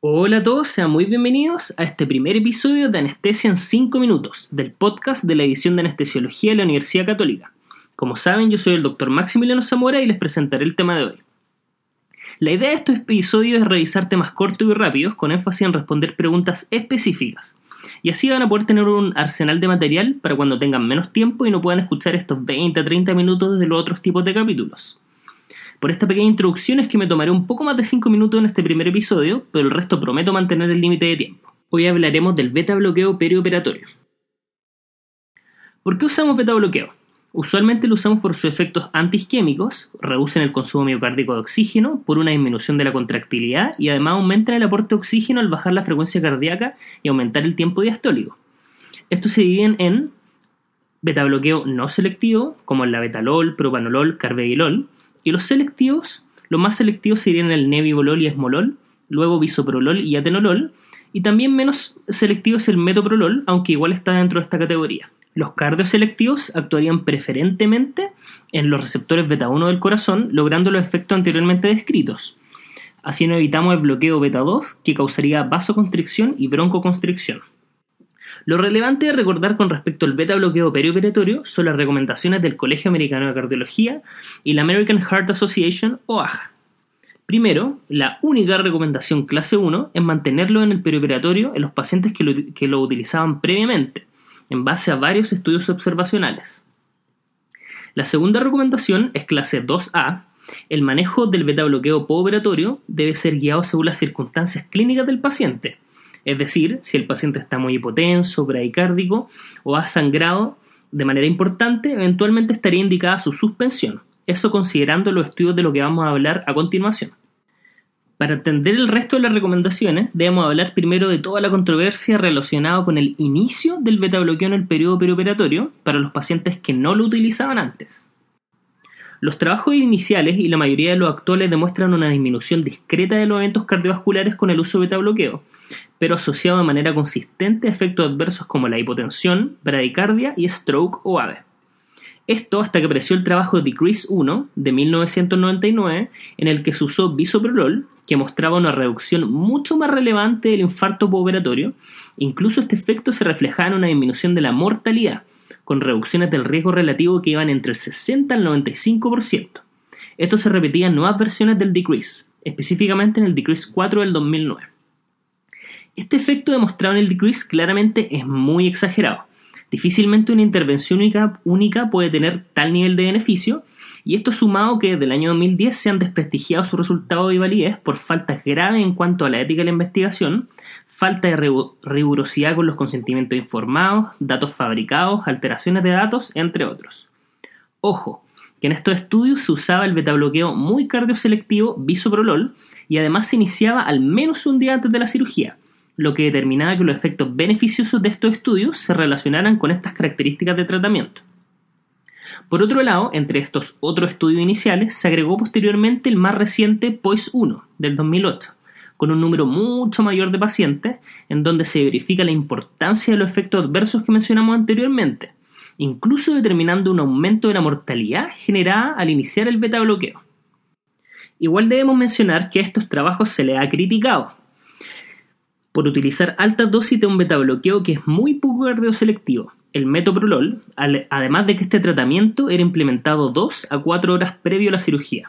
Hola a todos, sean muy bienvenidos a este primer episodio de Anestesia en 5 minutos, del podcast de la edición de Anestesiología de la Universidad Católica. Como saben, yo soy el Dr. Maximiliano Zamora y les presentaré el tema de hoy. La idea de estos episodios es revisar temas cortos y rápidos con énfasis en responder preguntas específicas. Y así van a poder tener un arsenal de material para cuando tengan menos tiempo y no puedan escuchar estos 20 a 30 minutos de los otros tipos de capítulos. Por esta pequeña introducción es que me tomaré un poco más de 5 minutos en este primer episodio, pero el resto prometo mantener el límite de tiempo. Hoy hablaremos del beta-bloqueo perioperatorio. ¿Por qué usamos beta-bloqueo? Usualmente lo usamos por sus efectos antiisquémicos, reducen el consumo miocárdico de oxígeno por una disminución de la contractilidad y además aumentan el aporte de oxígeno al bajar la frecuencia cardíaca y aumentar el tiempo diastólico. Estos se dividen en beta-bloqueo no selectivo, como la betalol, propanolol, carvedilol, y los selectivos, los más selectivos serían el nebivolol y esmolol, luego bisoprolol y atenolol, y también menos selectivo es el metoprolol, aunque igual está dentro de esta categoría. Los cardioselectivos actuarían preferentemente en los receptores beta 1 del corazón, logrando los efectos anteriormente descritos. Así no evitamos el bloqueo beta 2, que causaría vasoconstricción y broncoconstricción. Lo relevante de recordar con respecto al beta-bloqueo perioperatorio son las recomendaciones del Colegio Americano de Cardiología y la American Heart Association o AHA. Primero, la única recomendación clase 1 es mantenerlo en el perioperatorio en los pacientes que lo utilizaban previamente, en base a varios estudios observacionales. La segunda recomendación es clase 2A. El manejo del beta-bloqueo postoperatorio debe ser guiado según las circunstancias clínicas del paciente. Es decir, si el paciente está muy hipotenso, bradicárdico o ha sangrado de manera importante, eventualmente estaría indicada su suspensión. Eso considerando los estudios de lo que vamos a hablar a continuación. Para entender el resto de las recomendaciones, debemos hablar primero de toda la controversia relacionada con el inicio del beta-bloqueo en el periodo perioperatorio para los pacientes que no lo utilizaban antes. Los trabajos iniciales y la mayoría de los actuales demuestran una disminución discreta de los eventos cardiovasculares con el uso de beta-bloqueo, pero asociado de manera consistente a efectos adversos como la hipotensión, bradicardia y stroke o AVE. Esto hasta que apareció el trabajo Decrease 1 de 1999, en el que se usó bisoprolol, que mostraba una reducción mucho más relevante del infarto postoperatorio. Incluso este efecto se reflejaba en una disminución de la mortalidad, con reducciones del riesgo relativo que iban entre el 60 al 95%. Esto se repetía en nuevas versiones del Decrease, específicamente en el Decrease 4 del 2009. Este efecto demostrado en el Decrease claramente es muy exagerado. Difícilmente una intervención única puede tener tal nivel de beneficio, y esto sumado que desde el año 2010 se han desprestigiado sus resultados y validez por faltas graves en cuanto a la ética de la investigación, falta de rigurosidad con los consentimientos informados, datos fabricados, alteraciones de datos, entre otros. Ojo, que en estos estudios se usaba el betabloqueo muy cardioselectivo bisoprolol y además se iniciaba al menos un día antes de la cirugía, lo que determinaba que los efectos beneficiosos de estos estudios se relacionaran con estas características de tratamiento. Por otro lado, entre estos otros estudios iniciales, se agregó posteriormente el más reciente POISE-1 del 2008, con un número mucho mayor de pacientes, en donde se verifica la importancia de los efectos adversos que mencionamos anteriormente, incluso determinando un aumento de la mortalidad generada al iniciar el beta-bloqueo. Igual debemos mencionar que a estos trabajos se les ha criticado por utilizar altas dosis de un beta-bloqueo que es muy poco cardioselectivo, el metoprolol, además de que este tratamiento era implementado 2 a 4 horas previo a la cirugía.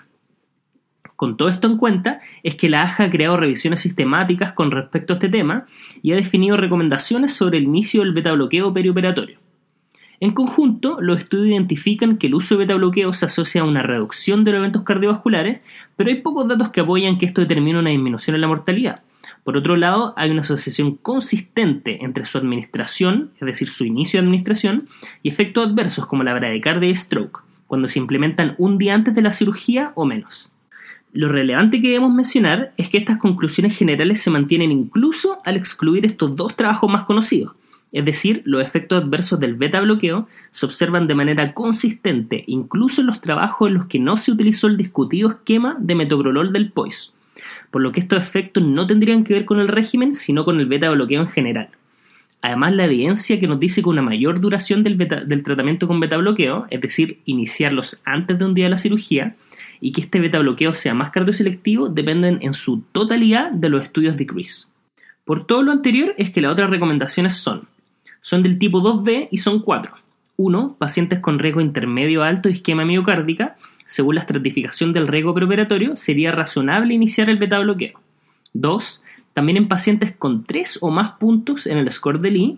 Con todo esto en cuenta, es que la AHA ha creado revisiones sistemáticas con respecto a este tema y ha definido recomendaciones sobre el inicio del beta-bloqueo perioperatorio. En conjunto, los estudios identifican que el uso de beta-bloqueo se asocia a una reducción de los eventos cardiovasculares, pero hay pocos datos que apoyan que esto determine una disminución en la mortalidad. Por otro lado, hay una asociación consistente entre su administración, es decir, su inicio de administración, y efectos adversos como la bradicardia y stroke, cuando se implementan un día antes de la cirugía o menos. Lo relevante que debemos mencionar es que estas conclusiones generales se mantienen incluso al excluir estos dos trabajos más conocidos, es decir, los efectos adversos del beta-bloqueo se observan de manera consistente incluso en los trabajos en los que no se utilizó el discutido esquema de metoprolol del POISE, por lo que estos efectos no tendrían que ver con el régimen, sino con el beta-bloqueo en general. Además, la evidencia que nos dice que una mayor duración del tratamiento con beta-bloqueo, es decir, iniciarlos antes de un día de la cirugía, y que este beta bloqueo sea más cardioselectivo dependen en su totalidad de los estudios de Decrease. Por todo lo anterior es que las otras recomendaciones son del tipo 2B y son 4. 1. Pacientes con riesgo intermedio alto de isquemia miocárdica. Según la estratificación del riesgo preoperatorio, sería razonable iniciar el beta bloqueo. 2. También en pacientes con 3 o más puntos en el score de Lee,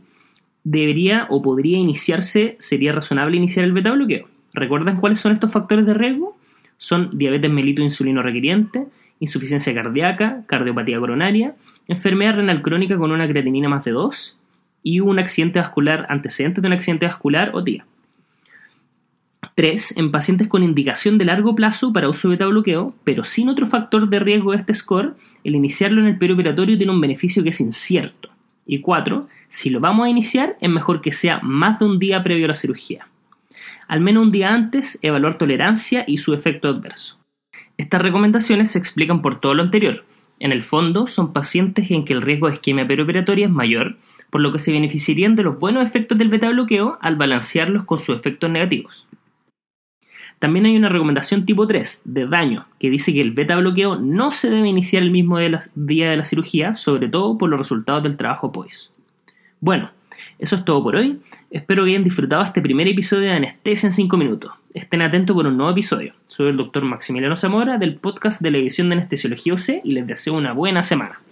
sería razonable iniciar el beta bloqueo. ¿Recuerdan cuáles son estos factores de riesgo? Son diabetes mellitus insulino requiriente, insuficiencia cardíaca, cardiopatía coronaria, enfermedad renal crónica con una creatinina más de 2 y un accidente vascular, antecedentes de un accidente vascular o TIA. 3. En pacientes con indicación de largo plazo para uso de beta bloqueo, pero sin otro factor de riesgo de este score, el iniciarlo en el perioperatorio tiene un beneficio que es incierto. Y 4. Si lo vamos a iniciar, es mejor que sea más de un día previo a la cirugía. Al menos un día antes, evaluar tolerancia y su efecto adverso. Estas recomendaciones se explican por todo lo anterior. En el fondo, son pacientes en que el riesgo de isquemia perioperatoria es mayor, por lo que se beneficiarían de los buenos efectos del beta bloqueo al balancearlos con sus efectos negativos. También hay una recomendación tipo 3, de daño, que dice que el beta bloqueo no se debe iniciar el mismo día de la cirugía, sobre todo por los resultados del trabajo POISE. Bueno, eso es todo por hoy. Espero que hayan disfrutado este primer episodio de Anestesia en 5 minutos. Estén atentos por un nuevo episodio. Soy el Dr. Maximiliano Zamora del podcast de la División de Anestesiología UC y les deseo una buena semana.